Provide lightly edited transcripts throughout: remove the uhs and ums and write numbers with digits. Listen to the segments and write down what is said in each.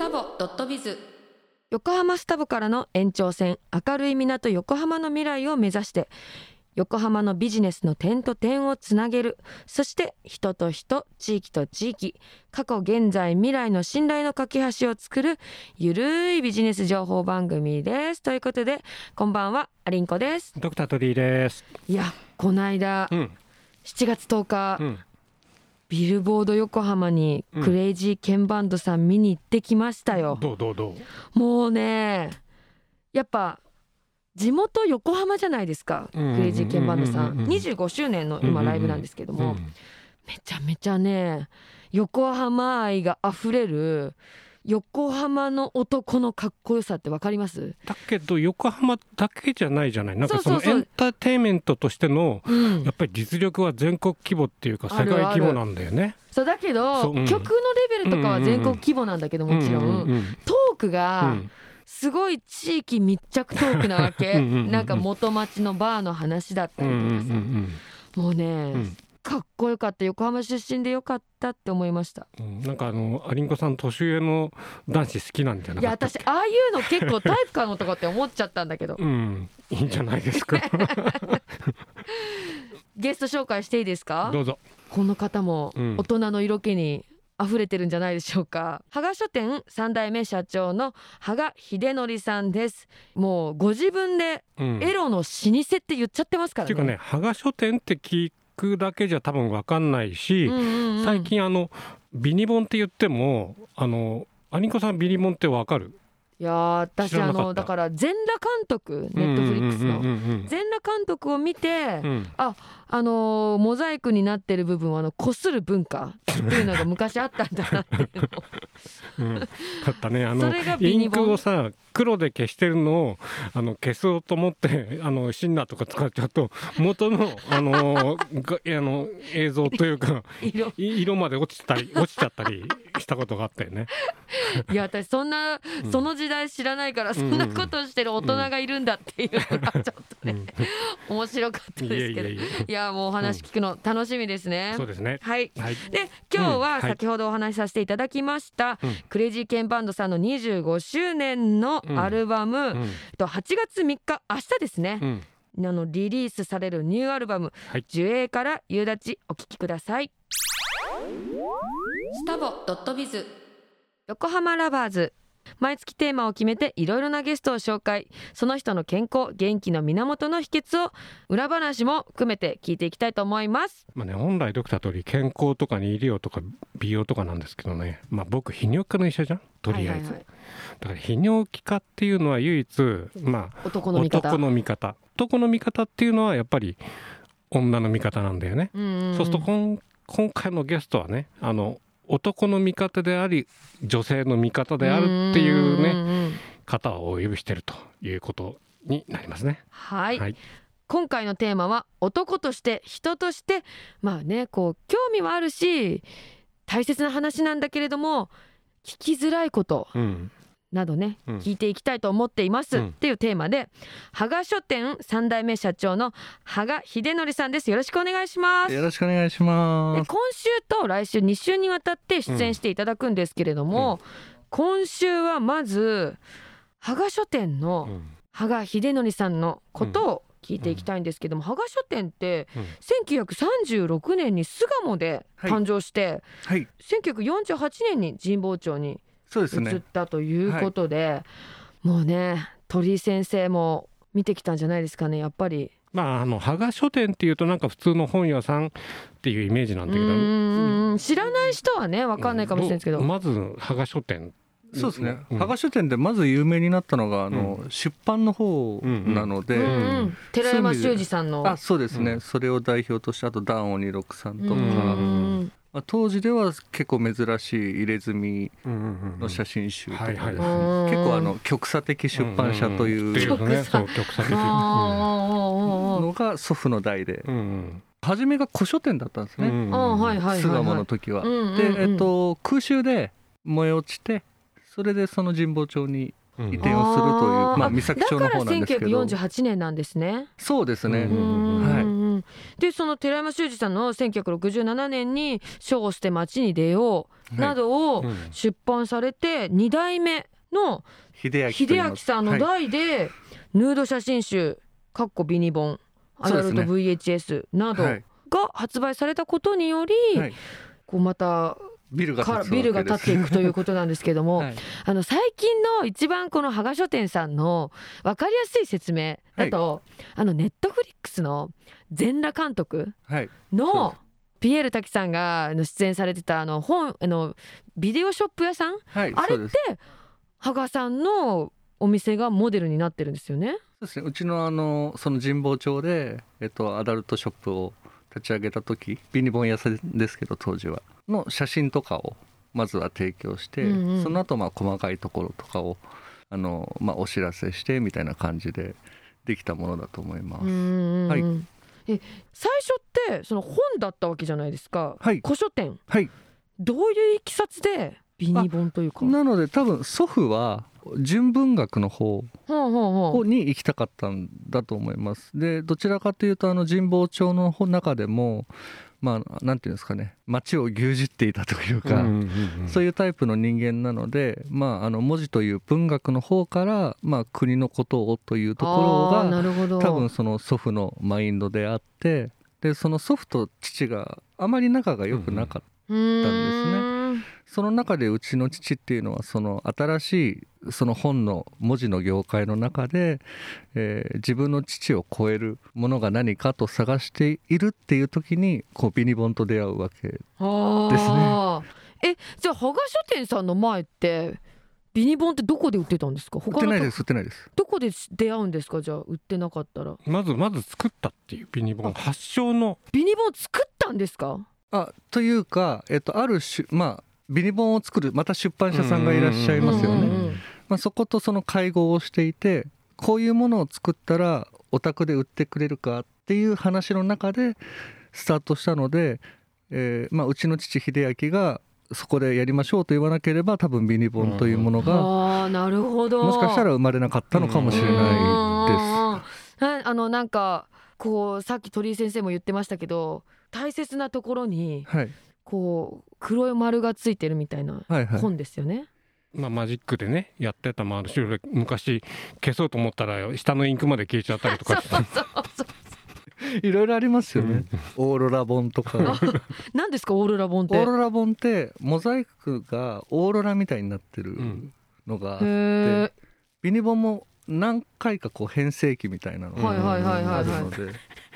タボ.biz。 横浜スタボからの延長線、明るい港横浜の未来を目指して、横浜のビジネスの点と点をつなげる、そして人と人、地域と地域、過去現在未来の信頼の架け橋を作るゆるいビジネス情報番組です。ということで、こんばんは、アリンコです。 ドクタートリーです。 いや、この間、7月10日、ビルボード横浜にクレイジーケンバンドさん見に行ってきましたよ。 どうもうね、やっぱ地元横浜じゃないですか。クレイジーケンバンドさん25周年の今ライブなんですけども、めちゃめちゃね、横浜愛があふれる横浜の男のかっこよさって分かります？ だけど横浜だけじゃないじゃない。なんかそのエンターテインメントとしてのやっぱり実力は全国規模っていうか世界規模なんだよね。 そうだけど、曲のレベルとかは全国規模なんだけど、もちろんトークがすごい地域密着トークなわけ。なんか元町のバーの話だったりとかさ、もうね、かっこよかった。横浜出身でよかったって思いました。 なんかアリンコさん年上の男子好きなんじゃなかったっけ？ いや、私ああいうの結構タイプかのとかって思っちゃったんだけど、 いいんじゃないですか。 ゲスト紹介していいですか？ どうぞ。 この方も大人の色気に溢れてるんじゃないでしょうか。芳賀書店3代目社長の芳賀秀則さんです。もうご自分でエロの老舗って言っちゃってますからね。 っていうかね、芳賀書店って聞くだけじゃ多分分かんないし、最近ビニボンって言ってもアリンコさんビニボンって分かる？いや私だから全裸監督、ネットフリックスの全裸監督を見て、モザイクになってる部分はこする文化っていうのが昔あったんだなっていうのだったね。 それがビインニボンクをさ黒で消してるのを消そうと思ってシンナーとか使っちゃうと元の映像というか色まで落ちちゃったりしたことがあったよね。 いや、私その時代知らないから、そんなことしてる大人がいるんだっていうのがちょっとね、面白かったですけど、いやもうお話聞くの楽しみですね。 そうですね。 はい、で今日は先ほどお話しさせていただきました、クレイジーケンバンドさんの25周年のアルバム、8月3日明日ですね、リリースされるニューアルバム、樹影から夕立、お聴きください。 スタボ.biz。 横浜ラバーズ、毎月テーマを決めていろいろなゲストを紹介、その人の健康元気の源の秘訣を裏話も含めて聞いていきたいと思います。 本来ドクター通り健康とか医療とか美容とかなんですけどね、僕泌尿器科の医者じゃん、とりあえず、だから泌尿器科っていうのは唯一、 男の味方っていうのはやっぱり女の味方なんだよね。そうすると今回のゲストはね、男の味方であり女性の味方であるっていうね方をお呼びしているということになりますね。 はい、今回のテーマは男として人として、興味はあるし大切な話なんだけれども聞きづらいことなどね、聞いていきたいと思っていますっていうテーマで、芳賀書店3代目社長の芳賀秀則さんです。よろしくお願いします。 よろしくお願いします。 今週と来週2週にわたって出演していただくんですけれども、今週はまず芳賀書店の芳賀秀則さんのことを聞いていきたいんですけども、芳賀書店って1936年に巣鴨で誕生して、1948年に神保町に移ったということで、もうね、鳥居先生も見てきたんじゃないですかね、やっぱり。 芳賀書店っていうとなんか普通の本屋さんっていうイメージなんだけど、 知らない人はね分かんないかもしれないですけど、 まず芳賀書店、 そうですね、芳賀書店でまず有名になったのが出版の方なので、 寺山修司さんの、 そうですね、それを代表として、あとダン・オニロクさんとか、当時では結構珍しい入れ墨の写真集とか、結構極左的出版社というのが祖父の代で、初めが古書店だったんですね、巣鴨の時は。で、空襲で燃え落ちて、それでその神保町に移転をするという、三崎町の方なんですけど。 だから1948年なんですね。 そうですね。 でその寺山修司さんの1967年に書を捨て街に出ようなどを出版されて、2代目の秀明さんの代でヌード写真集ビニ本アダルト VHS などが発売されたことにより、こうまたビルが建っていくということなんですけども、最近の一番この芳賀書店さんの分かりやすい説明だと、ネットフリックスの全裸監督のピエール滝さんが出演されてたビデオショップ屋さん、あれって芳賀さんのお店がモデルになってるんですよね。 そうですね、うちのその神保町で、アダルトショップを立ち上げた時、ビニ本屋さんですけど当時はの写真とかをまずは提供して、その後細かいところとかをお知らせしてみたいな感じでできたものだと思います。 最初ってその本だったわけじゃないですか、古書店、どういういきさつでビニ本というか。 なので多分祖父は純文学の方に行きたかったんだと思います。でどちらかというと神保町の中でもなんていうんですかね、街を牛耳っていたというか、そういうタイプの人間なので、文字という文学の方から、国のことをというところが多分その祖父のマインドであって、でその祖父と父があまり仲が良くなかったんですね。その中でうちの父っていうのはその新しいその本の文字の業界の中で、自分の父を超えるものが何かと探しているっていう時にビニ本と出会うわけですね。 じゃあ芳賀書店さんの前ってビニ本ってどこで売ってたんですか？ 売ってないです。 どこで出会うんですか？じゃあ売ってなかったらまず作ったっていうビニ本発祥のビニ本作ったんですか？ というか、ある種ビニ本を作るまた出版社さんがいらっしゃいますよね。そことその会合をしていて、こういうものを作ったらお宅で売ってくれるかっていう話の中でスタートしたので、うちの父秀明がそこでやりましょうと言わなければ多分ビニ本というものがなるほど、 もしかしたら生まれなかったのかもしれないです。 なんかこうさっき鳥居先生も言ってましたけど、大切なところにこう黒い丸がついてるみたいな本ですよね。 マジックでねやってたもあるし、昔消そうと思ったら下のインクまで消えちゃったりとかいろいろありますよね。オーロラ本とか何ですかオーロラ本って？ オーロラ本ってモザイクがオーロラみたいになってるのがあって、ビニ本も何回か変成期みたいなのがあるので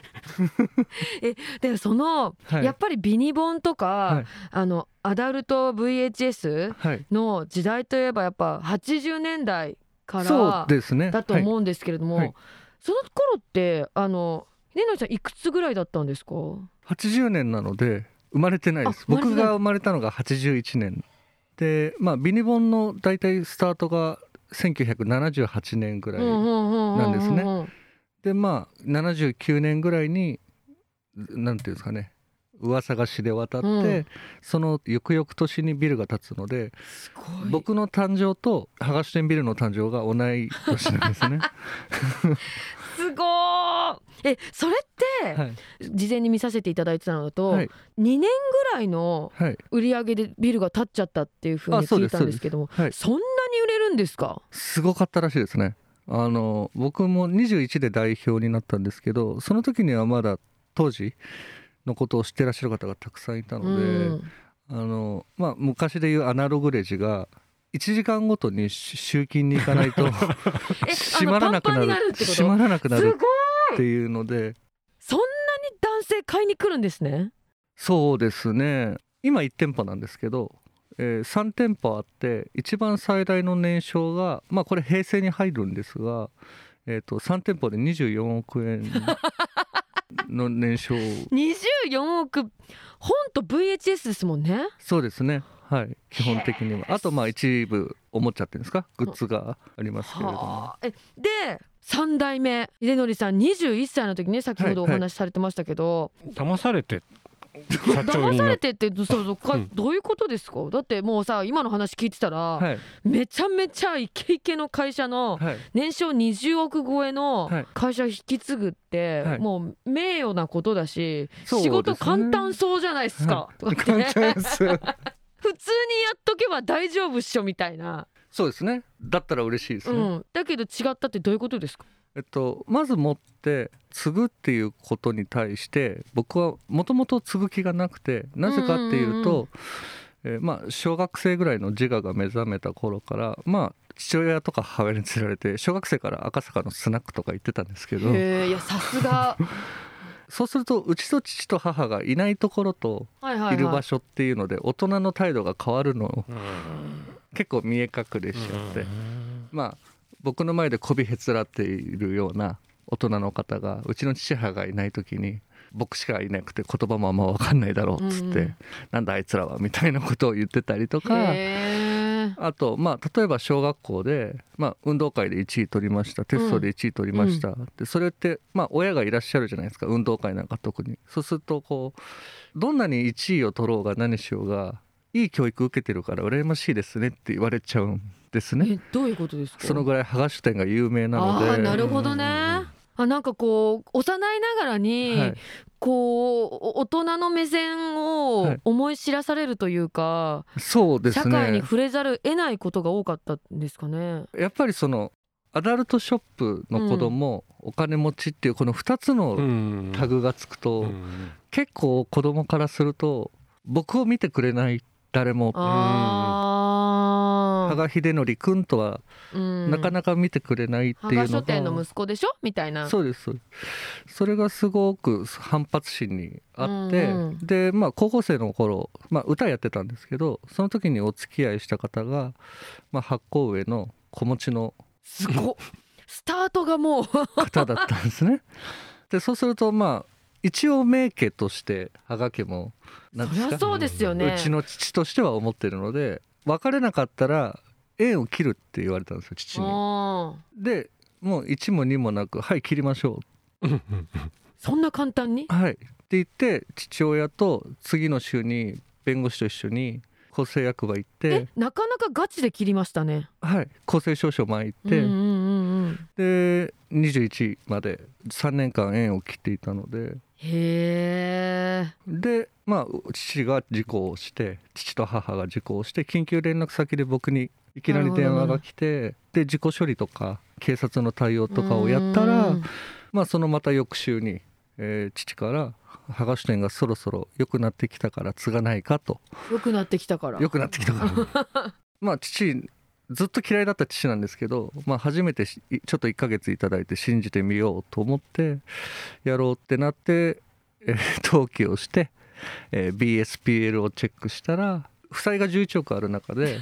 でその、やっぱりビニ本とか、アダルト VHS の時代といえばやっぱ80年代からだと思うんですけれども、その頃ってねのりさんいくつぐらいだったんですか ？80年なので生まれてないです。僕が生まれたのが81年で、ビニ本のだいたいスタートが1978年ぐらいなんですね。で79年ぐらいになんていうんですかね、噂が知れ渡って、その翌々年にビルが建つので、僕の誕生と芳賀書店ビルの誕生が同い年なんですねすごー。それって事前に見させていただいてたのだと、2年ぐらいの売り上げでビルが建っちゃったっていうふうに聞いたんですけども、そんなに売れるんですか？ すごかったらしいですね。僕も21で代表になったんですけど、その時にはまだ当時のことを知ってらっしゃる方がたくさんいたので、昔でいうアナログレジが1時間ごとに集金に行かないと閉まらなくなるっていうので、 そんなに男性買いに来るんですね。 そうですね。今1店舗なんですけど、3店舗あって、一番最大の年商がこれ平成に入るんですが、3店舗で24億円の年商 24億、本と VHS ですもんね。 そうですね、基本的には。あと一部おもちゃっていうんですか、グッズがありますけれども。 で3代目秀則さん21歳の時に先ほどお話しされてましたけど、 騙されて社長に騙されてってそうどういうことですか？だってもうさ今の話聞いてたら、はい、めちゃめちゃイケイケの会社の年商20億超えの会社引き継ぐって、はい、もう名誉なことだし、はい、仕事簡単そうじゃないですか、はい、簡単です普通にやっとけば大丈夫っしょみたいな。 そうですね、だったら嬉しいですね、 だけど違ったってどういうことですか？ まずもって継ぐっていうことに対して僕はもともと継ぐ気がなくて、なぜかっていうと、小学生ぐらいの自我が目覚めた頃から、父親とか母親に連れられて小学生から赤坂のスナックとか行ってたんですけど、 いやさすがそうするとうちと父と母がいないところといる場所っていうので大人の態度が変わるのを結構見え隠れしちゃって、僕の前でこびへつらっているような大人の方がうちの父母がいない時に僕しかいなくて言葉もあんま分かんないだろうっつって、なんだあいつらはみたいなことを言ってたりとか、あと例えば小学校で、運動会で1位取りました、テストで1位取りました、でそれって親がいらっしゃるじゃないですか、運動会なんか特に。そうするとどんなに1位を取ろうが何しようがいい教育受けてるから羨ましいですねって言われちゃうんですね。 どういうことですか？ そのぐらい羽賀書店が有名なので。 なるほどね。なんか幼いながらに、大人の目線を思い知らされるというか、 そうですね、 社会に触れざる得ないことが多かったんですかね。 やっぱりアダルトショップの子供、お金持ちっていうこの2つのタグがつくと、結構子供からすると僕を見てくれない誰も、羽賀秀則君とはなかなか見てくれないっていうのが、 羽賀書店の息子でしょみたいな。 そうです。それがすごく反発心にあって、で高校生の頃、歌やってたんですけど、その時にお付き合いした方が、8個上の子持ちのすごっスタートがもう方だったんですね。でそうすると一応名家として羽賀家もそりゃそうですよね、 うちの父としては思ってるので、別れなかったら縁を切るって言われたんですよ、父に。でもう1も2もなく、はい切りましょうそんな簡単に、 はいって言って、父親と次の週に弁護士と一緒に公正役場行って、 なかなかガチで切りましたね。 はい、公正証書巻いて、で21まで3年間縁を切っていたので、で父が事故をして、父と母が事故をして、緊急連絡先で僕にいきなり電話が来て、で事故処理とか警察の対応とかをやったら、そのまた翌週に、父から羽賀書店がそろそろ良くなってきたから継がないかと。 良くなってきたから父ずっと嫌いだった父なんですけど、初めてちょっと1ヶ月いただいて信じてみようと思ってやろうってなって、登記をして、BSPL をチェックしたら負債が11億ある中で、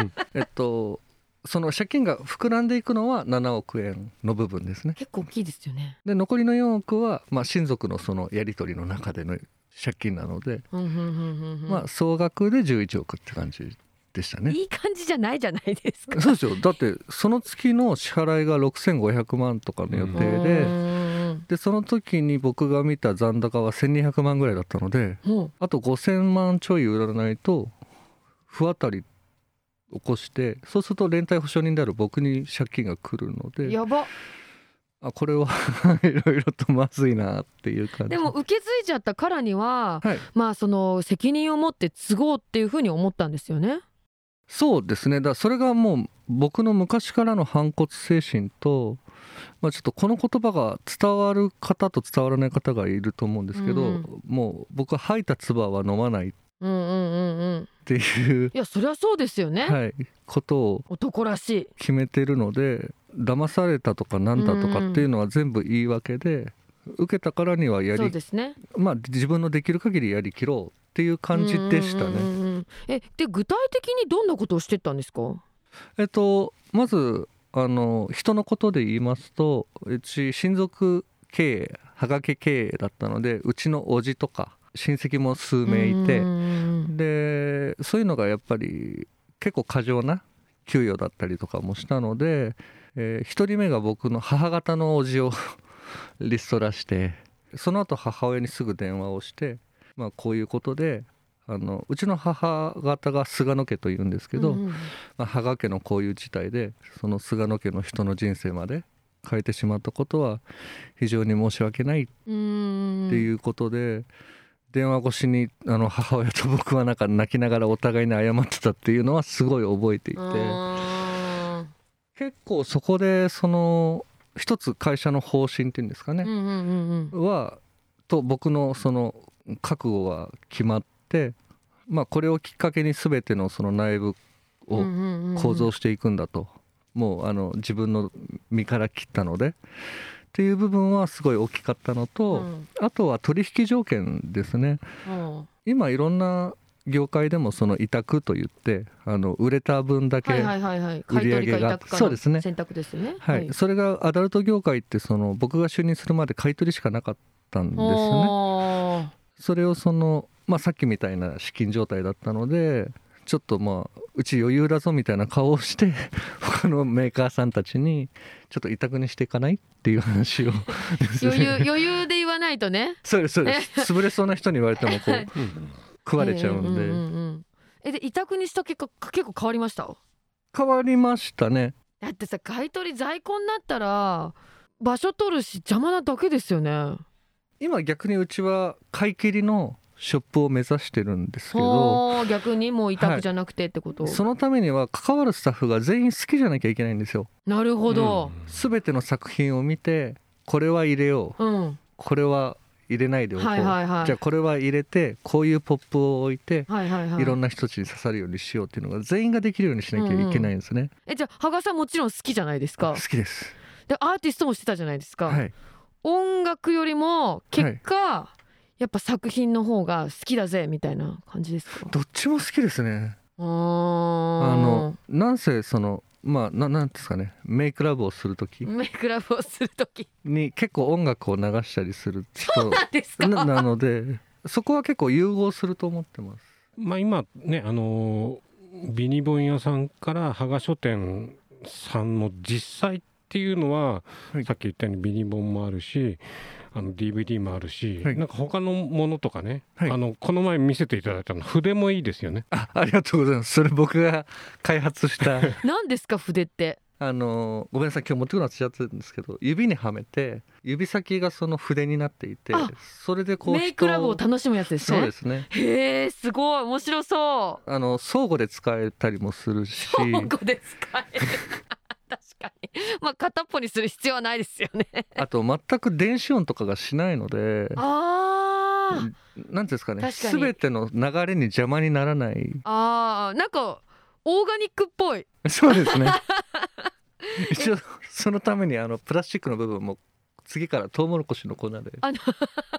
その借金が膨らんでいくのは7億円の部分ですね。 結構大きいですよね。 で残りの4億は、親族のそのやり取りの中での借金なので、総額で11億って感じでしたね。 いい感じじゃないじゃないですか。 そうですよ。だってその月の支払いが6500万とかの予定で、その時に僕が見た残高は1200万ぐらいだったので、あと5000万ちょい売らないと不当たり起こして、そうすると連帯保証人である僕に借金が来るので、 やば、 これはいろいろとまずいなっていう感じ。 でも受け継いじゃったからには、その責任を持って継ごうっていうふうに思ったんですよね。 そうですね。だからそれがもう僕の昔からの反骨精神と、ちょっとこの言葉が伝わる方と伝わらない方がいると思うんですけど、もう僕は吐いた唾は飲まないっていう、 いやそりゃそうですよね、 ことを男らしい決めてるので、騙されたとかなんだとかっていうのは全部言い訳で、受けたからにはそうですね、 自分のできる限りやりきろうっていう感じでしたね。 で具体的にどんなことをしてったんですか？ まず人のことで言いますと、うち親族経営、羽賀家経営だったので、うちの叔父とか親戚も数名いて、でそういうのがやっぱり結構過剰な給与だったりとかもしたので、1人目が僕の母方の叔父をリストラして、その後母親にすぐ電話をして、 こういうことでうちの母方が菅野家というんですけど、羽賀家のこういう事態でその菅野家の人の人生まで変えてしまったことは非常に申し訳ないっていうことで、電話越しに母親と僕はなんか泣きながらお互いに謝ってたっていうのはすごい覚えていて、結構そこでその一つ会社の方針っていうんですかね、はと僕のその覚悟は決まって、これをきっかけに全てのその内部を構造していくんだと、もう自分の身から切ったのでっていう部分はすごい大きかったのと、あとは取引条件ですね。今いろんな業界でもその委託といって売れた分だけ売り上げがそうですね、 選択ですね。 それがアダルト業界ってその僕が就任するまで買い取りしかなかったんですね。それをさっきみたいな資金状態だったので、ちょっとうち余裕だぞみたいな顔をして他のメーカーさんたちにちょっと委託にしていかないっていう話を余裕で言わないとね。 そうです潰れそうな人に言われてもこう食われちゃうんで。で委託にした結果結構変わりました？ 変わりましたね。 だってさ、買い取り在庫になったら場所取るし邪魔なだけですよね。 今逆にうちは買い切りのショップを目指してるんですけど、 逆にもう委託じゃなくてってこと、 そのためには関わるスタッフが全員好きじゃなきゃいけないんですよ。 なるほど、 全ての作品を見てこれは入れよう、これは入れないでおこう、じゃあこれは入れてこういうポップを置いて、いろんな人たちに刺さるようにしようっていうのが全員ができるようにしなきゃいけないんですね。 じゃあ羽賀さんもちろん好きじゃないですか？ 好きです。 でアーティストもしてたじゃないですか、音楽よりも結果、やっぱ作品の方が好きだぜみたいな感じですか？ どっちも好きですね。なんせなんですかね、メイクラブをするときに結構音楽を流したりする人なので、そこは結構融合すると思ってます。 今ねビニボン屋さんから羽賀書店さんの実際っていうのは、さっき言ったようにビニボンもあるしDVD もあるし、なんか他のものとかね、この前見せていただいたの筆もいいですよね。 ありがとうございます。それ僕が開発した何ですか筆って？ ごめんなさい、今日持ってくるの忘れちゃってるんですけど、指にはめて指先がその筆になっていて、それでこうメイクラブを楽しむやつですね。 そうですね。 へえ、すごい面白そう。 相互で使えたりもするし。 相互で使える確かに片っぽにする必要はないですよね。あと全く電子音とかがしないので、なんていうんですかね、全ての流れに邪魔にならない。 なんかオーガニックっぽい。 そうですね一応そのためにプラスチックの部分も次からトウモロコシの粉でなんか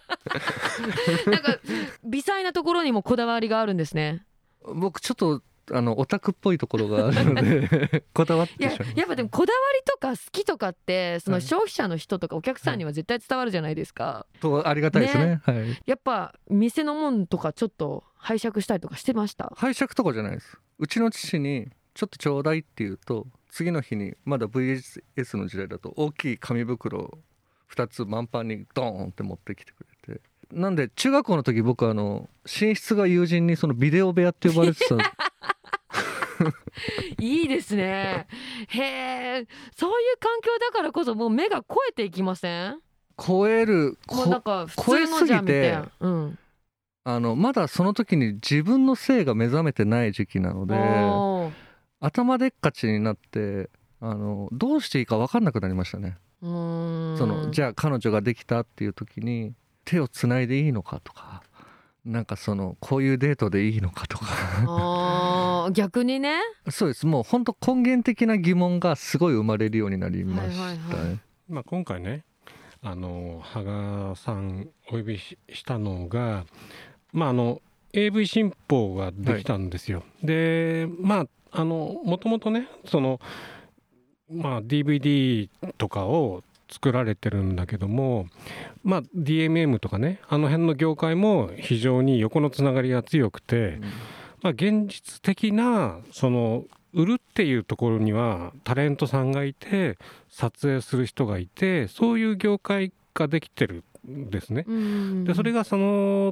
微細なところにもこだわりがあるんですね。 僕ちょっとオタクっぽいところがあるのでこだわってしまう。 やっぱでもこだわりとか好きとかってその消費者の人とかお客さんには絶対伝わるじゃないですか。 ありがたいですね。 やっぱ店のもんとかちょっと拝借したりとかしてました？ 拝借とかじゃないです。うちの父にちょっとちょうだいって言うと、次の日にまだ VHS の時代だと大きい紙袋2つ満帆にドーンって持ってきてくれて、なんで中学校の時僕寝室が友人にそのビデオ部屋って呼ばれてたいいですね。へえ、そういう環境だからこそもう目が超えていきません？ 超える、 もうなんか普通のじゃんみたいな。 まだその時に自分の性が目覚めてない時期なので、頭でっかちになってどうしていいか分かんなくなりましたね。じゃあ彼女ができたっていう時に手をつないでいいのかとか、なんかこういうデートでいいのかとか逆にね。 そうです。もう本当根源的な疑問がすごい生まれるようになりましたね。 今回ね羽賀さんお呼びしたのがAV 新法ができたんですよ。でもともとねDVD とかを作られてるんだけども、DMM とかね辺の業界も非常に横のつながりが強くて、現実的な売るっていうところにはタレントさんがいて撮影する人がいて、そういう業界ができてるんですね。でそれが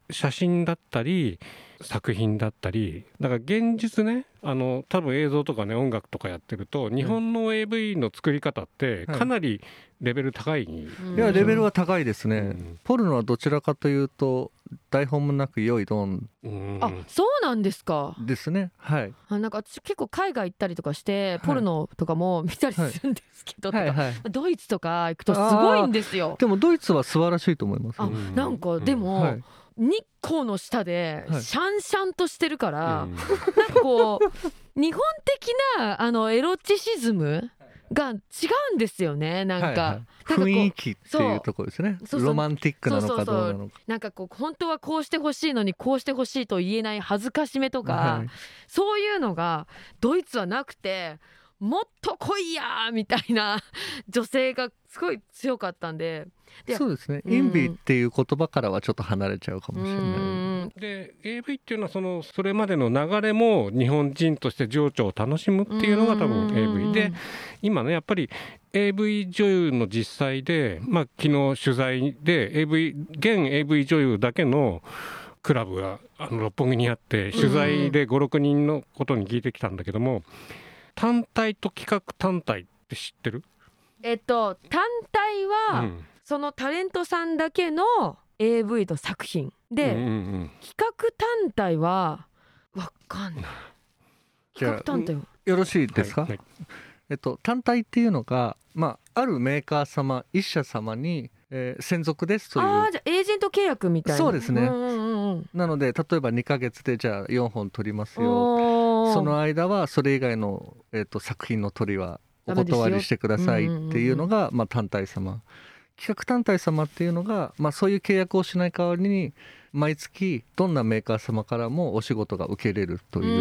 写真だったり作品だったり、だから現実ね、多分映像とかね音楽とかやってると日本の AV の作り方ってかなりレベル高い、 いやレベルは高いですね、ポルノはどちらかというと台本もなく良いドン、 あ、そうなんですか。 ですね。はい。 なんか私結構海外行ったりとかしてポルノとかも見たりするんですけど、ドイツとか行くとすごいんですよ。 でもドイツは素晴らしいと思います。 なんかでも、日光の下でシャンシャンとしてるから、なんかこう日本的なエロチシズムが違うんですよね。なんか、 雰囲気っていうところですね。ロマンティックなのかどうなのか。 なんかこう本当はこうしてほしいのにこうしてほしいと言えない恥ずかしめとか、そういうのがドイツはなくて、もっと来いやーみたいな女性がすごい強かったんで。 そうですね。インビっていう言葉からはちょっと離れちゃうかもしれない。 で AV っていうのはそれまでの流れも日本人として情緒を楽しむっていうのが多分 AV で、今ねやっぱり AV 女優の実際で、昨日取材で現 AV 女優だけのクラブが六本木にあって、取材で5、6人のことに聞いてきたんだけども、単体と企画単体って知ってる？ 単体は、そのタレントさんだけの AV と作品で、企画単体は分かんない。企画単体はよろしいですか？単体っていうのが、あるメーカー様一社様に、専属ですという。 じゃあエージェント契約みたいな。 そうですね。なので例えば2ヶ月でじゃあ4本撮りますよ、その間はそれ以外の、作品の撮りはお断りしてくださいっていうのが、単体様。企画単体様っていうのが、そういう契約をしない代わりに毎月どんなメーカー様からもお仕事が受けれるという。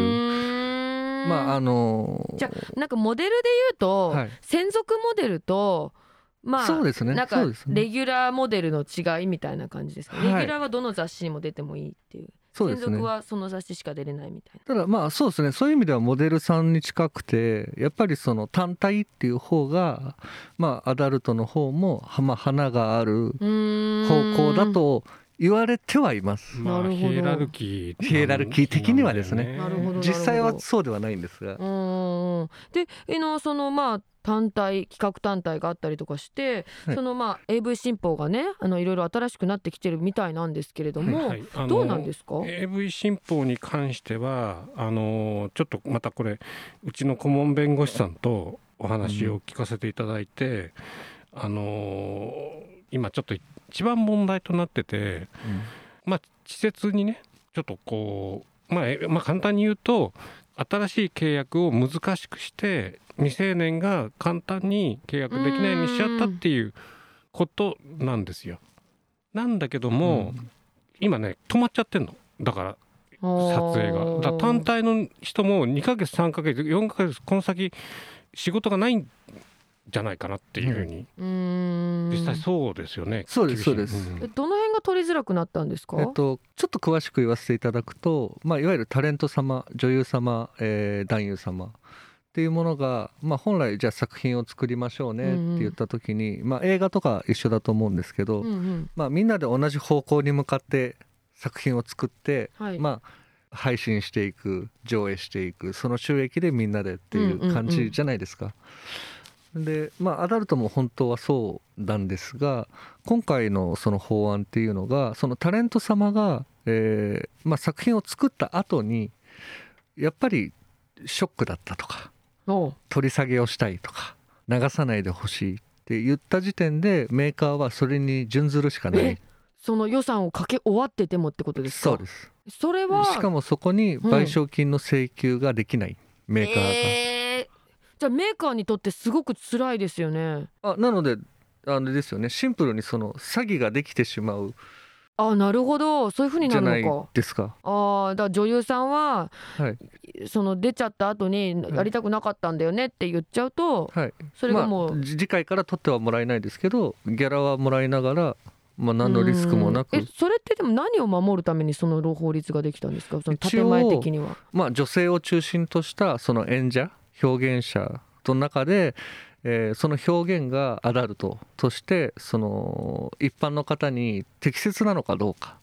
じゃあなんかモデルで言うと、専属モデルとそうですね、 なんかレギュラーモデルの違いみたいな感じですか。レギュラーはどの雑誌にも出てもいいっていう。専属はその雑誌しか出れないみたいな。 ただそうですね、そういう意味ではモデルさんに近くて、やっぱりその単体っていう方がアダルトの方も花がある方向だと言われてはいます。 なるほど。 ヒエラルキー的にはですね。実際はそうではないんですが。 でその単体企画単体があったりとかして、そのAV 新法がねいろいろ新しくなってきてるみたいなんですけれども、どうなんですか？ AV 新法に関してはちょっとまたこれうちの顧問弁護士さんとお話を聞かせていただいて、今ちょっと一番問題となってて、稚拙にねちょっとこう簡単に言うと、新しい契約を難しくして未成年が簡単に契約できないようにしちゃったっていうことなんですよ。なんだけども、今ね止まっちゃってんの。だから撮影が。だから単体の人も2ヶ月3ヶ月4ヶ月この先仕事がないんじゃないかなっていうふうに、実際そうですよね。 そうですそうです。 どの辺が取りづらくなったんですか？ ちょっと詳しく言わせていただくと、いわゆるタレント様、女優様、男優様っていうものが、本来じゃあ作品を作りましょうねって言った時に、映画とか一緒だと思うんですけど、みんなで同じ方向に向かって作品を作って、配信していく、上映していく、その収益でみんなでっていう感じじゃないですか。でアダルトも本当はそうなんですが、今回のその法案っていうのが、そのタレント様が、作品を作った後にやっぱりショックだったとか、取り下げをしたいとか、流さないでほしいって言った時点でメーカーはそれに準ずるしかない。 その予算をかけ終わっててもってことですか？ そうです。 それはしかもそこに賠償金の請求ができない、メーカーが。 じゃあメーカーにとってすごく辛いですよね。 なのであれですよね、シンプルにその詐欺ができてしまう。 なるほど、そういう風になるのか。 じゃないですか。 だから女優さんは、その出ちゃった後にやりたくなかったんだよねって言っちゃうと、それがもう、 次回から取ってはもらえないですけど、ギャラはもらいながら、何のリスクもなく。 それってでも何を守るためにその法律ができたんですか？その建前的には。 女性を中心としたその演者、表現者の中で、その表現がアダルトとしてその一般の方に適切なのかどうか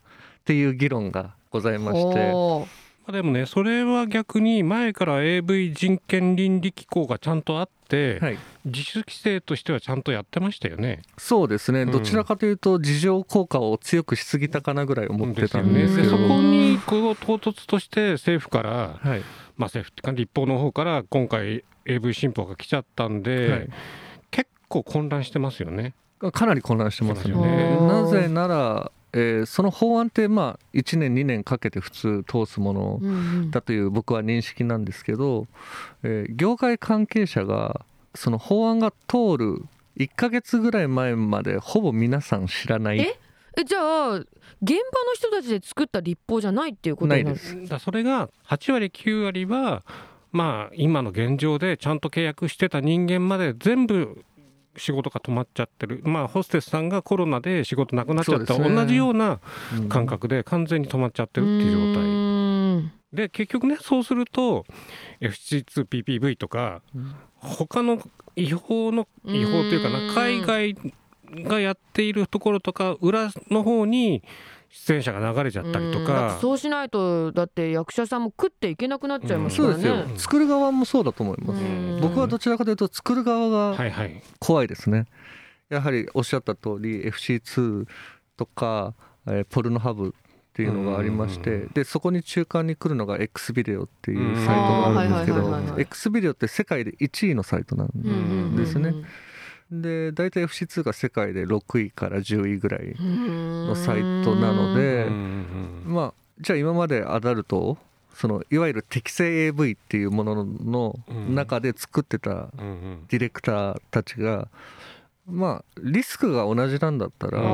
っていう議論がございまして、 でもねそれは逆に前から AV 人権倫理機構がちゃんとあって、はい、自主規制としてはちゃんとやってましたよね。 そうですね、どちらかというと自浄効果を強くしすぎたかなぐらい思ってたんですけど、 そこにこう唐突として政府から、はい、政府っていうか立法の方から今回 AV 新法が来ちゃったんで、はい、結構混乱してますよね。 かなり混乱してますよね。なぜならその法案って1年2年かけて普通通すものだという僕は認識なんですけど、業界関係者がその法案が通る1ヶ月ぐらい前までほぼ皆さん知らない。 じゃあ現場の人たちで作った立法じゃないっていうことになる？ ないです。それが8割9割は今の現状でちゃんと契約してた人間まで全部仕事が止まっちゃってる、ホステスさんがコロナで仕事なくなっちゃった、同じような感覚で完全に止まっちゃってるっていう状態で、結局ねそうすると FC2PPV とか他の違法というかな、海外がやっているところとか裏の方に出演者が流れちゃったりとか、 そうしないとだって役者さんも食っていけなくなっちゃいますからね。 そうですよ、作る側もそうだと思います。僕はどちらかというと作る側が怖いですね。やはりおっしゃった通り FC2 とかポルノハブっていうのがありまして、でそこに中間に来るのが X ビデオっていうサイトがあるんですけど、 X ビデオって世界で1位のサイトなんですね。で大体 FC2 が世界で6位から10位ぐらいのサイトなので、じゃあ今までアダルトいわゆる適正 AV っていうものの中で作ってたディレクターたちがリスクが同じなんだったら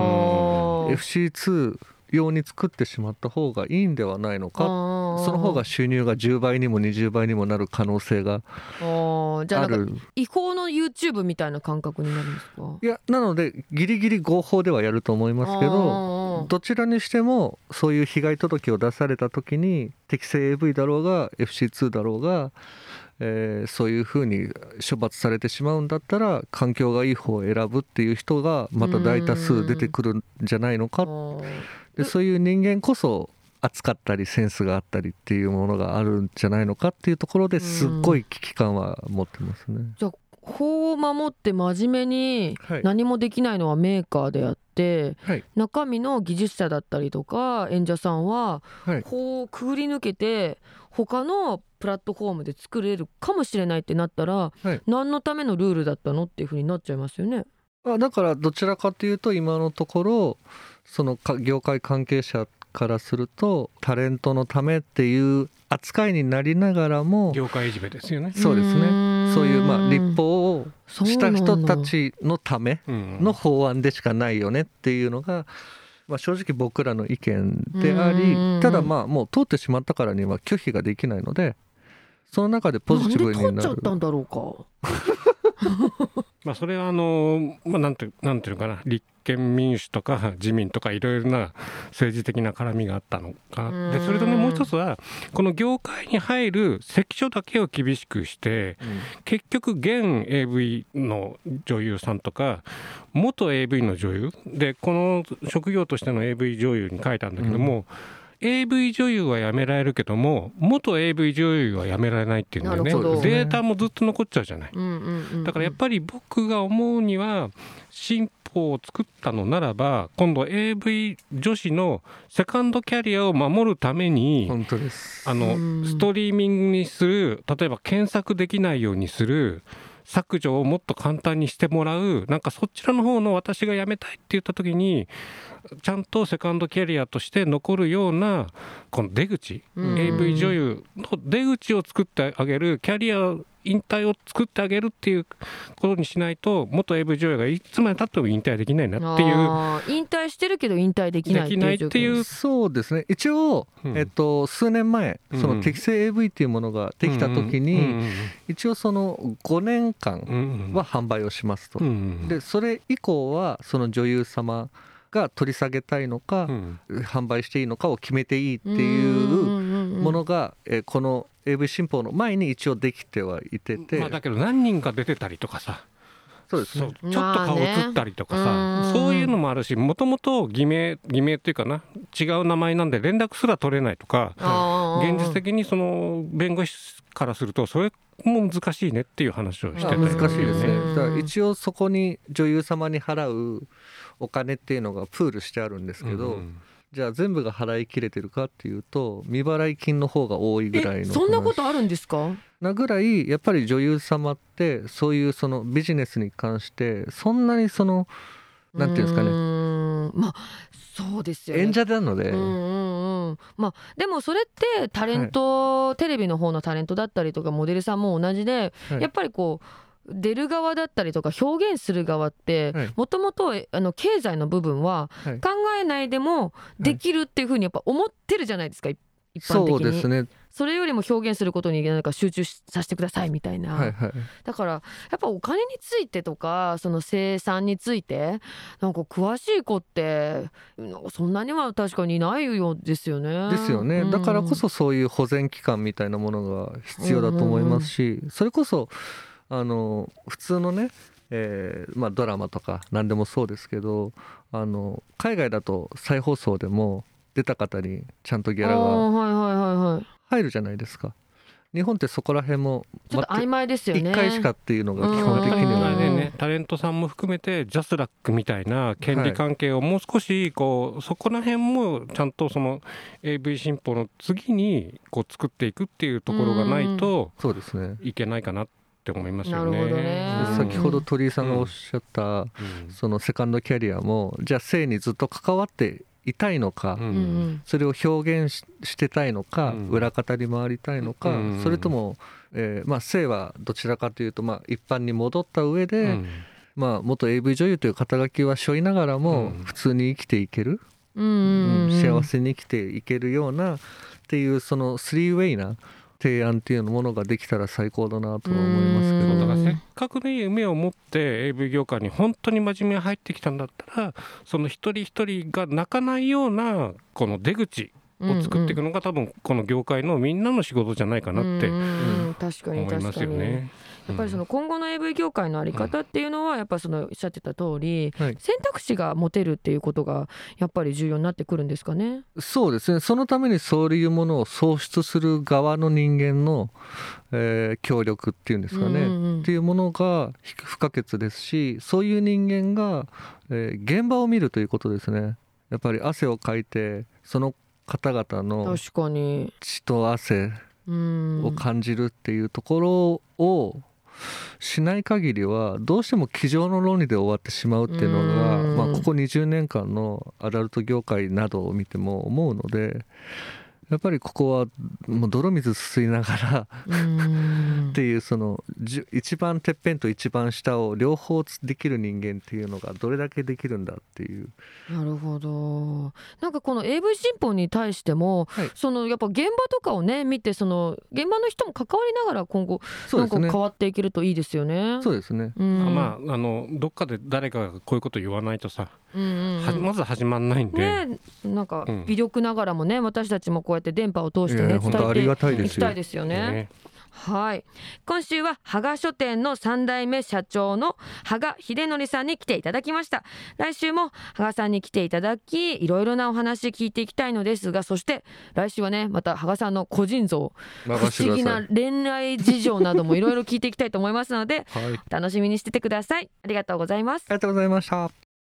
FC2 用に作ってしまった方がいいんではないのか、その方が収入が10倍にも20倍にもなる可能性がある。 じゃあなんか違法の YouTube みたいな感覚になるんですか？ いや、なのでギリギリ合法ではやると思いますけど、どちらにしてもそういう被害届を出された時に適正 AV だろうが FC2 だろうが、そういうふうに処罰されてしまうんだったら環境がいい方を選ぶっていう人がまた大多数出てくるんじゃないのか。でそういう人間こそ熱かったりセンスがあったりっていうものがあるんじゃないのかっていうところですっごい危機感は持ってますね。 じゃあ法を守って真面目に何もできないのはメーカーであって、中身の技術者だったりとか演者さんは法をくぐり抜けて他のプラットフォームで作れるかもしれないってなったら、何のためのルールだったのっていうふうになっちゃいますよね。 だからどちらかというと今のところその業界関係者からするとタレントのためっていう扱いになりながらも業界いじめですよね。 そうですね。そういう立法をした人たちのための法案でしかないよねっていうのが、正直僕らの意見であり、ただもう通ってしまったからには拒否ができないので、その中でポジティブになる。 なんで通っちゃったんだろうか。 それはなんていうのかな、立憲民主とか自民とかいろいろな政治的な絡みがあったのかな。でそれとねもう一つはこの業界に入る関所だけを厳しくして、結局現 AV の女優さんとか元 AV の女優でこの職業としての AV 女優に書いたんだけども、AV 女優は辞められるけども元 AV 女優は辞められないっていうんだよね。データもずっと残っちゃうじゃない。だからやっぱり僕が思うには新法を作ったのならば今度 AV 女子のセカンドキャリアを守るために本当ですストリーミングにする、例えば検索できないようにする、削除をもっと簡単にしてもらう、なんかそちらの方の私が辞めたいって言った時にちゃんとセカンドキャリアとして残るようなこの出口、AV 女優の出口を作ってあげる、キャリア引退を作ってあげるっていうことにしないと元 AV 女優がいつまで経っても引退できないなっていう。 引退してるけど引退できないっていう。 そうですね。一応、数年前その適正 AV っていうものができた時に、一応その5年間は販売をしますと。でそれ以降はその女優様が取り下げたいのか、販売していいのかを決めていいっていうものが、この AV 新法の前に一応できてはいてて、 だけど何人か出てたりとかさ、 そうですね、 ちょっと顔映ったりとかさ、そういうのもあるし、もともと偽名っていうかな、違う名前なんで連絡すら取れないとか、現実的にその弁護士からするとそれも難しいねっていう話をしてたよね。 難しいですね。だから一応そこに女優様に払うお金っていうのがプールしてあるんですけど、じゃあ全部が払い切れてるかっていうと未払い金の方が多いぐらいの。 そんなことあるんですか？ なぐらいやっぱり女優様ってそういうそのビジネスに関してそんなにそのなんていうんですかね、 まあそうですよね、 演者なので、 まあでもそれってタレント、テレビの方のタレントだったりとかモデルさんも同じで、やっぱりこう出る側だったりとか表現する側ってもともと経済の部分は考えないでもできるっていうふうにやっぱ思ってるじゃないですか、一般的に。 そうですね。 それよりも表現することになんか集中させてくださいみたいな、だからやっぱお金についてとかその生産についてなんか詳しい子ってなんかそんなには確かにいないようですよね。 ですよね。だからこそそういう保全期間みたいなものが必要だと思いますし、それこそ普通のね、ドラマとか何でもそうですけど、海外だと再放送でも出た方にちゃんとギャラが入るじゃないですか。日本ってそこら辺もちょっと曖昧ですよね。 1回しかっていうのが基本的にはね、タレントさんも含めてジャスラックみたいな権利関係をもう少しこうそこら辺もちゃんとその AV 新法の次にこう作っていくっていうところがないといけないかなって思いますよね。 先ほど鳥居さんがおっしゃったそのセカンドキャリアもじゃあ性にずっと関わっていたいのか、それを表現してたいのか、裏方に回りたいのか、それとも、性はどちらかというと、一般に戻った上で、元 AV 女優という肩書きは背負いながらも普通に生きていける、幸せに生きていけるようなっていうそのスリーウェイな提案っていうものができたら最高だなとは思いますけど、 だからせっかくね夢を持って AV 業界に本当に真面目に入ってきたんだったら、その一人一人が泣かないようなこの出口を作っていくのが多分この業界のみんなの仕事じゃないかなって思いますよね。 やっぱりその今後の AV 業界の在り方っていうのはやっぱそのおっしゃってた通り、選択肢が持てるっていうことがやっぱり重要になってくるんですかね。 そうですね。そのためにそういうものを創出する側の人間の、協力っていうんですかね、っていうものが不可欠ですし、そういう人間が、現場を見るということですね。やっぱり汗をかいてその方々の血と汗を感じるっていうところをしない限りはどうしても机上の論理で終わってしまうっていうのが、ここ20年間のアダルト業界などを見ても思うので、やっぱりここはもう泥水すすいながらっていうその一番てっぺんと一番下を両方できる人間っていうのがどれだけできるんだっていう。 なるほど。なんかこの AV 新法に対しても、そのやっぱ現場とかをね見て、その現場の人も関わりながら今後なんか変わっていけるといいですよね。 そうですね。 どっかで誰かがこういうこと言わないとさ、まず始まんないんで、 なんか微力ながらもね、私たちもこうやって電波を通してね、伝えていきたいですよね。はい、今週は芳賀書店の3代目社長の芳賀秀則さんに来ていただきました。来週も芳賀さんに来ていただき、いろいろなお話聞いていきたいのですが、そして来週はねまた芳賀さんの個人像、不思議な恋愛事情などもいろいろ聞いていきたいと思いますので、楽しみにしててください。ありがとうございます。 ありがとうございました。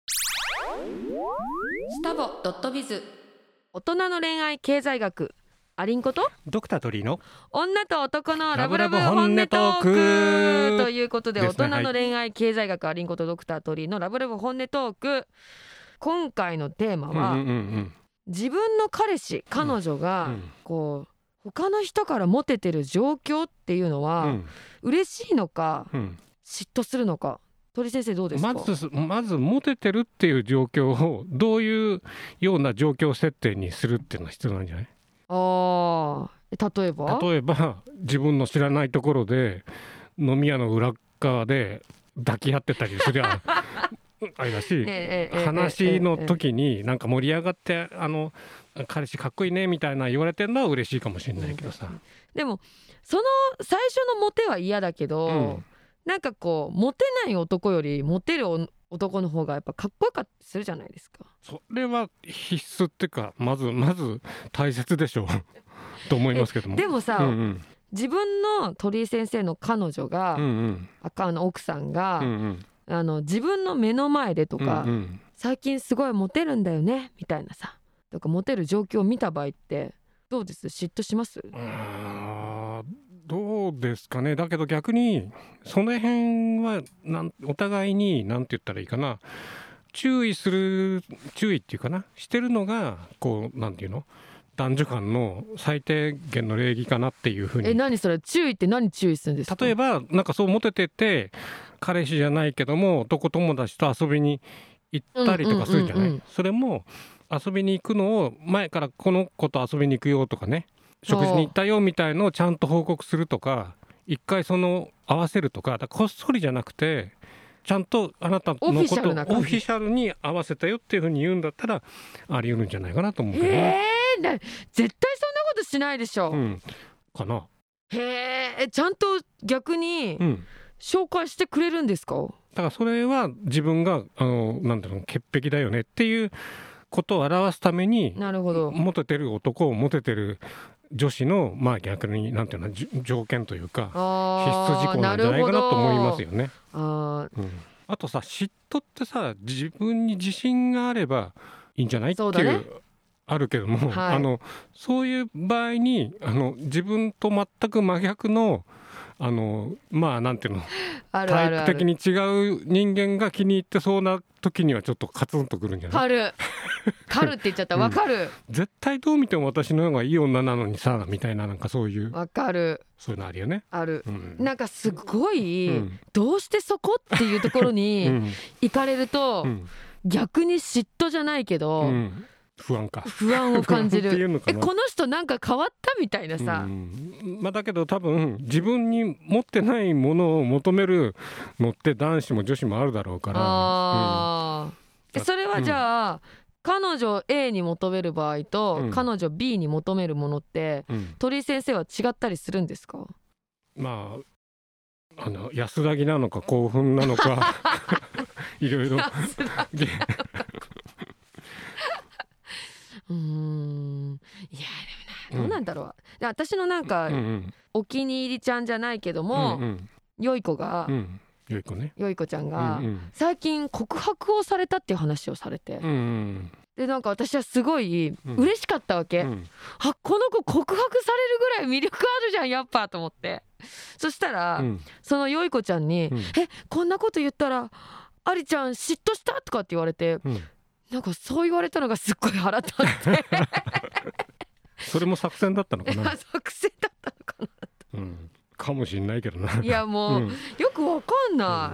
スタボ.biz、 大人の恋愛経済学、アリンコとドクタートリーの女と男のラブラブ本音トークということで、大人の恋愛経済学、アリンコとドクタートリーのラブラブ本音トーク。今回のテーマは、自分の彼氏彼女がこう他の人からモテてる状況っていうのは嬉しいのか嫉妬するのか、鳥先生どうですか？ まずモテてるっていう状況をどういうような状況設定にするっていうのが必要なんじゃない？ 例えば自分の知らないところで飲み屋の裏側で抱き合ってたりすりゃあれだし、話の時になんか盛り上がって彼氏かっこいいねみたいな言われてるのは嬉しいかもしれないけどさ、 でもその最初のモテは嫌だけど、 なんかこうモテない男よりモテる男の方がやっぱかっこよかったりするじゃないですか。 それは必須っていうかまず大切でしょうと思いますけども。 でもさ、自分の鳥居先生の彼女が、奥さんが、自分の目の前でとか、最近すごいモテるんだよねみたいなさとかモテる状況を見た場合ってどうです？嫉妬します？ どうですかね。だけど逆にその辺はお互いに何て言ったらいいかな、注意っていうかなしてるのがこうなんていうの男女間の最低限の礼儀かなっていうふうに。 何それ注意って何注意するんですか？ 例えばなんかそうモテてて彼氏じゃないけども男友達と遊びに行ったりとかするじゃない。それも遊びに行くのを前からこの子と遊びに行くよとかね、食事に行ったよみたいのをちゃんと報告するとか、一回合わせるとか、こっそりじゃなくてちゃんとあなたのことをオフィシャルに合わせたよっていうふうに言うんだったらあり得るんじゃないかなと思うけどね。 絶対そんなことしないでしょ、 かな。 ちゃんと逆に紹介してくれるんですか？ だからそれは自分がなんだろう潔癖だよねっていうことを表すために、 なるほど、 モテてる男をモテてる女子の逆になんていうの条件というか必須事項なんじゃないかなと思いますよね。あとさ嫉妬ってさ自分に自信があればいいんじゃないっていうあるけども、そういう場合に自分と全く真逆のなんていうのタイプ的に違う人間が気に入ってそうな時にはちょっとカツンとくるんじゃない？ カルって言っちゃったわかる、 絶対どう見ても私の方がいい女なのにさみたいな、なんかそういうわかる、 そういうのあるよね。 なんかすごい、どうしてそこっていうところに行かれると、逆に嫉妬じゃないけど、不安を感じるこの人なんか変わったみたいなさ、 だけど多分自分に持ってないものを求めるのって男子も女子もあるだろうから、 それはじゃあ、彼女 A に求める場合と、彼女 B に求めるものって、鳥居先生は違ったりするんですか？ 安らぎなのか興奮なのかいろいろいやでもどうなんだろう、私のなんか、お気に入りちゃんじゃないけども、よい子が、よい子ちゃんが、最近告白をされたっていう話をされて、でなんか私はすごい嬉しかったわけ、この子告白されるぐらい魅力あるじゃんやっぱと思って、そしたら、そのよい子ちゃんに、こんなこと言ったらありちゃん嫉妬したとかって言われて、なんかそう言われたのがすっごい腹立ってそれも作戦だったのかな作戦だったのかな、 かもしんないけどな。 いやもう、よくわかんない、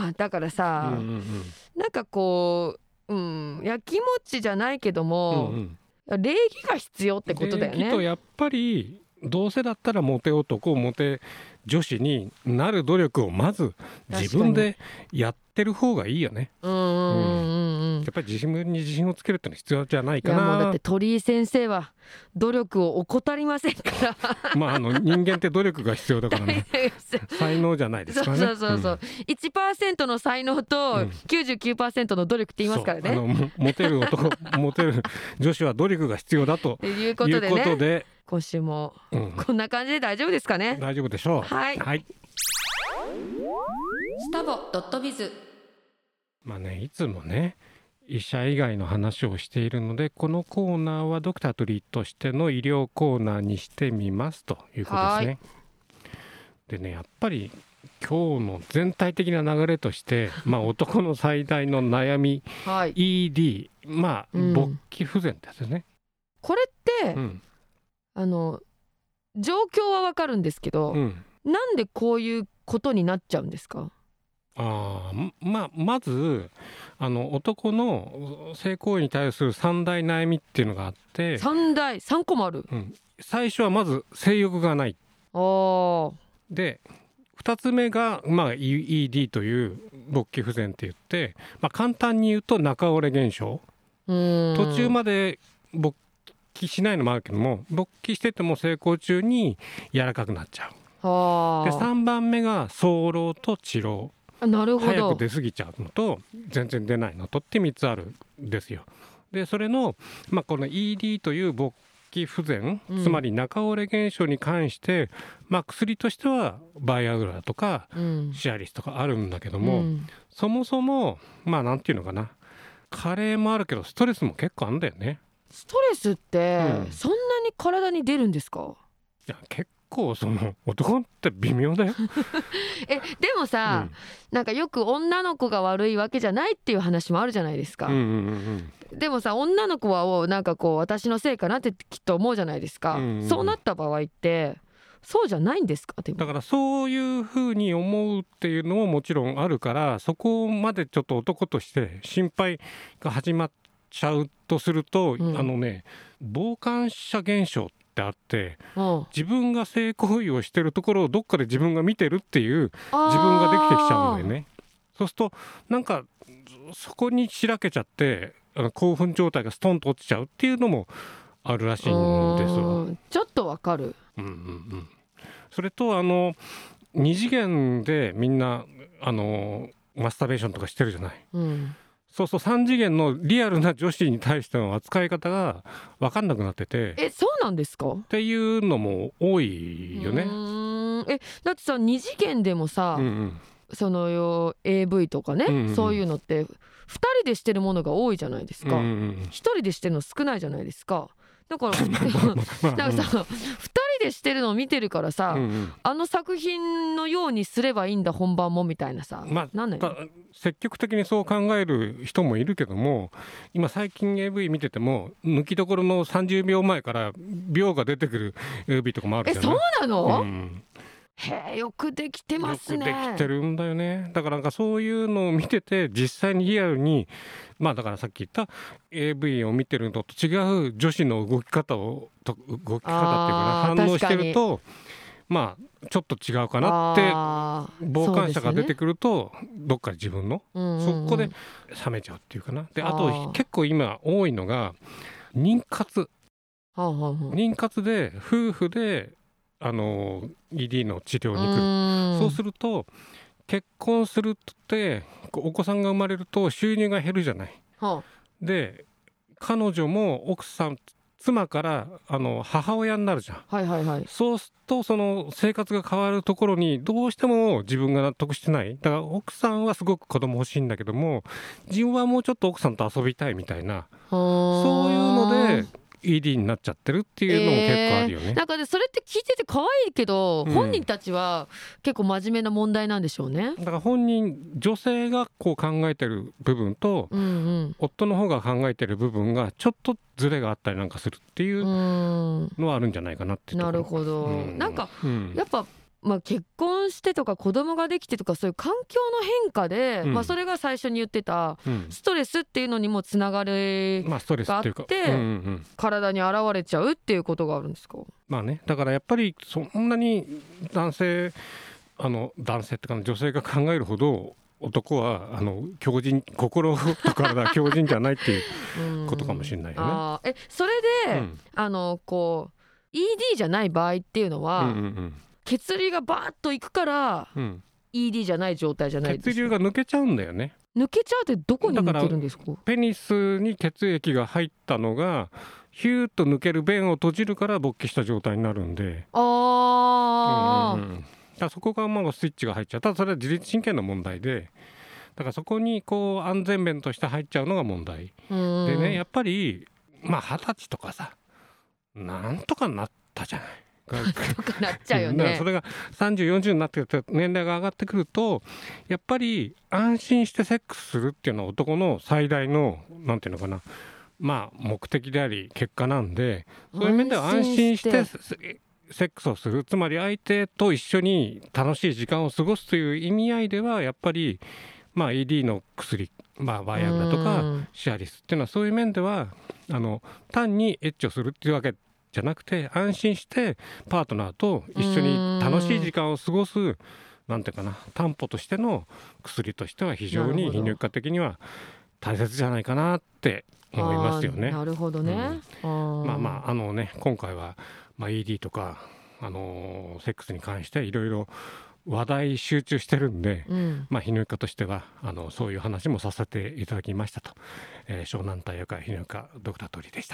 だからさ、なんかこう、やきもちじゃないけども、礼儀が必要ってことだよね。 礼儀とやっぱりどうせだったらモテ男モテ女子になる努力をまず自分でやってる方がいいよね。やっぱり自分に自信をつけるってのは必要じゃないかな。 いやもうだって鳥居先生は努力を怠りませんから人間って努力が必要だからね才能じゃないですからね。 1% の才能と 99% の努力って言いますからね。 モテる男モテる女子は努力が必要だということで、 今週もこんな感じで大丈夫ですかね。 大丈夫でしょう。 はい、 スタボ.biz。 いつもね医者以外の話をしているので、このコーナーはドクタートリーとしての医療コーナーにしてみますということですね。でね、やっぱり今日の全体的な流れとして男の最大の悩み、ED 勃起不全ですね。 これって、状況はわかるんですけど、なんでこういうことになっちゃうんですか？ まず男の性行為に対する3大悩みっていうのがあって、 3個もある、 最初はまず性欲がない。で2つ目が、ED という勃起不全って言って、簡単に言うと中折れ現象。途中まで勃起しないのもあるけども、勃起してても性行中に柔らかくなっちゃう。 で3番目が早漏と遅漏。 なるほど。 早く出過ぎちゃうのと全然出ないのとって3つあるんですよ。でそれの、この ED という勃起不全、つまり中折れ現象に関して、薬としてはバイアグラとか、シアリスとかあるんだけども、そもそもなんていうのかな、加齢もあるけどストレスも結構あるんだよね。 ストレスって、そんなに体に出るんですか？ いや結構その男って微妙だよでもさ、なんかよく女の子が悪いわけじゃないっていう話もあるじゃないですか。でもさ、女の子はなんかこう私のせいかなってきっと思うじゃないですか。そうなった場合ってそうじゃないんですか？でもだからそういうふうに思うっていうのももちろんあるから、そこまでちょっと男として心配が始まっちゃうとすると、傍観者現象ってあって、自分が性行為をしてるところをどっかで自分が見てるっていう自分ができてきちゃうんだよね。そうするとなんかそこにしらけちゃって興奮状態がストンと落ちちゃうっていうのもあるらしいんですわ。 ちょっとわかる。 それと2次元でみんなマスターベーションとかしてるじゃない。そうそう、3次元のリアルな女子に対しての扱い方が分かんなくなってて。 そうなんですか？ っていうのも多いよね。 だってさ、2次元でもさ、そのAV とかね、そういうのって2人でしてるものが多いじゃないですか。1人でしてるの少ないじゃないですか。だからなんかさ、2人でしてるのを見てるからさ、あの作品のようにすればいいんだ本番もみたいなさ、なんないの？ 積極的にそう考える人もいるけども、今最近 AV 見てても抜きどころの30秒前から秒が出てくる AV とかもあるじゃない。 そうなの？よくできてますね。 よくできてるんだよね。だからなんかそういうのを見てて実際にリアルにだからさっき言った AV を見てるのと違う女子の動き方っていうかな、反応してるとちょっと違うかなって傍観者が出てくると、どっかで自分のそこで冷めちゃうっていうかな。であと結構今多いのが妊活。妊活で夫婦でED の治療に来る。そうすると結婚するってお子さんが生まれると収入が減るじゃない。で彼女も奥さん妻から母親になるじゃん。そうするとその生活が変わるところにどうしても自分が納得してない。だから奥さんはすごく子供欲しいんだけども、自分はもうちょっと奥さんと遊びたいみたいな、そういうのでED になっちゃってるっていうのも結構あるよね。 なんかそれって聞いてて可愛いけど、本人たちは結構真面目な問題なんでしょうね。 だから本人女性がこう考えてる部分と、夫の方が考えてる部分がちょっとズレがあったりなんかするっていうのはあるんじゃないかなっていうところ。 なるほど。なんか、やっぱ結婚してとか子供ができてとかそういう環境の変化で、それが最初に言ってたストレスっていうのにもつながりがあって体に現れちゃうっていうことがあるんですか？ だからやっぱりそんなに男性ってか女性が考えるほど男は強靭、心と体強靭じゃないっていうことかもしれないよね。 それで、こう ED じゃない場合っていうのは、血流がバーッといくから、ED じゃない状態じゃないですか。 血流が抜けちゃうんだよね。 抜けちゃうってどこに抜けるんですか？ ペニスに血液が入ったのがヒューッと抜ける弁を閉じるから勃起した状態になるんで、だからそこがスイッチが入っちゃう。ただそれは自律神経の問題で、だからそこにこう安全弁として入っちゃうのが問題でね。やっぱり20歳とかさ、なんとかなったじゃない。 とかなっちゃうよね。 それが30、40になってくると年齢が上がってくると、やっぱり安心してセックスするっていうのは男の最大のなんていうのかな、目的であり結果なんで、そういう面では安心してセックスをする、つまり相手と一緒に楽しい時間を過ごすという意味合いではやっぱりED の薬、バイアグラとかシアリスっていうのはそういう面では単にエッチをするっていうわけじゃなくて、安心してパートナーと一緒に楽しい時間を過ごすなんていうかな、担保としての薬としては非常に泌尿器科的には大切じゃないかなって思いますよね。 なるほどね。 今回はED とかセックスに関していろいろ話題集中してるんで、泌尿科としてはそういう話もさせていただきましたと、湘南体育会泌尿科ドクタートリーでした。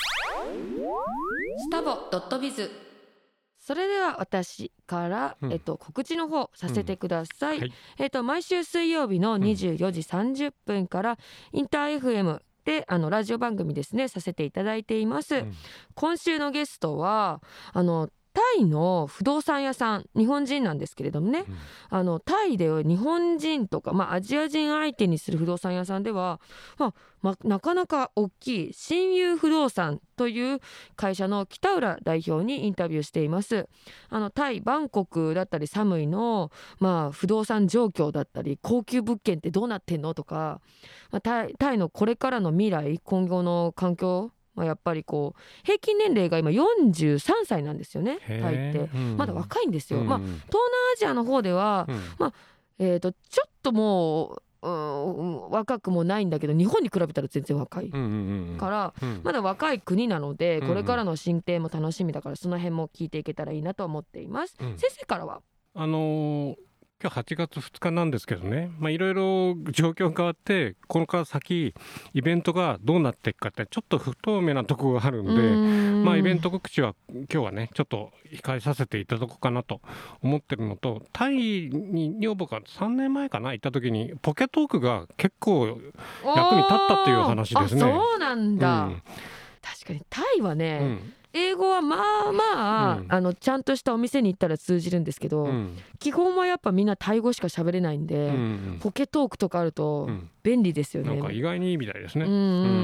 スタボ.biz。 それでは私から、告知の方させてください。はい、毎週水曜日の24時30分からインター FM でラジオ番組ですねさせていただいています。今週のゲストはタイの不動産屋さん、日本人なんですけれどもね、タイで日本人とか、アジア人相手にする不動産屋さんでは、なかなか大きい親友不動産という会社の北浦代表にインタビューしています。タイバンコクだったりサムイの、不動産状況だったり高級物件ってどうなってんのとか、タイのこれからの未来今後の環境、やっぱり平均年齢が今43歳なんですよね。タイってまだ若いんですよ。東南アジアの方では、ちょっともう若くもないんだけど日本に比べたら全然若いから、まだ若い国なのでこれからの進展も楽しみだから、その辺も聞いていけたらいいなと思っています。先生からは今日8月2日なんですけどね、いろいろ状況変わってこのから先イベントがどうなっていくかってちょっと不透明なところがあるんで、イベント告知は今日はねちょっと控えさせていただこうかなと思ってるのと、タイに女房が3年前かな行った時にポケトークが結構役に立ったっていう話ですね。 そうなんだ、確かにタイはね、英語はちゃんとしたお店に行ったら通じるんですけど、基本はやっぱみんなタイ語しか喋れないんで、ポケトークとかあると便利ですよね。 なんか意外にいいみたいですね。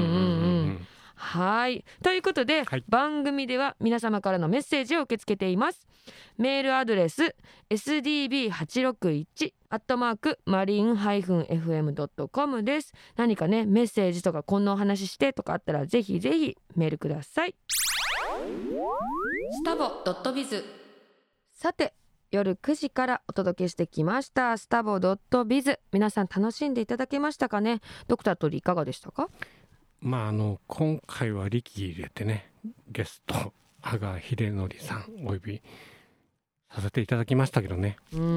はい、ということで、番組では皆様からのメッセージを受け付けています。メールアドレス sdb861@marine-fm.com です。何かねメッセージとかこんなお話してとかあったらぜひぜひメールください。 スタボ.biz。 さて夜9時からお届けしてきましたスタボ.biz、皆さん楽しんでいただけましたかね。ドクタートリいかがでしたか。 今回は力入れてねゲスト羽賀秀則さんお呼びさせていただきましたけどね。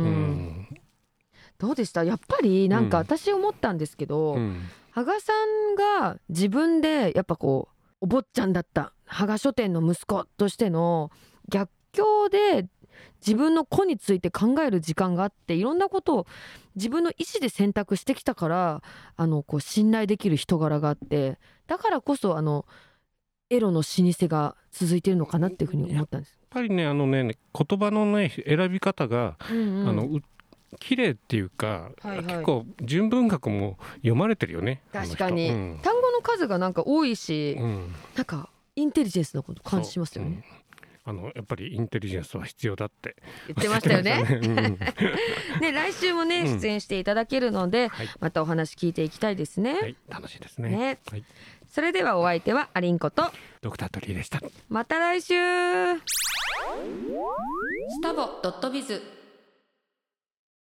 どうでした。やっぱりなんか私思ったんですけど、羽賀さんが自分でやっぱお坊ちゃんだった羽賀書店の息子としての逆境で自分の子について考える時間があって、いろんなことを自分の意思で選択してきたから信頼できる人柄があって、だからこそエロの老舗が続いているのかなっていうふうに思ったんです。 やっぱりね言葉のね選び方が綺麗っていうか、結構純文学も読まれてるよね。 確かに、単語の数がなんか多いし、なんかインテリジェンスなこと感じしますよね。 やっぱりインテリジェンスは必要だって言ってましたよね。来週もね出演していただけるので、またお話聞いていきたいですね。 楽しいですね。 それではお相手はアリンコとドクタートリーでした。 また来週。 スタボ.biz。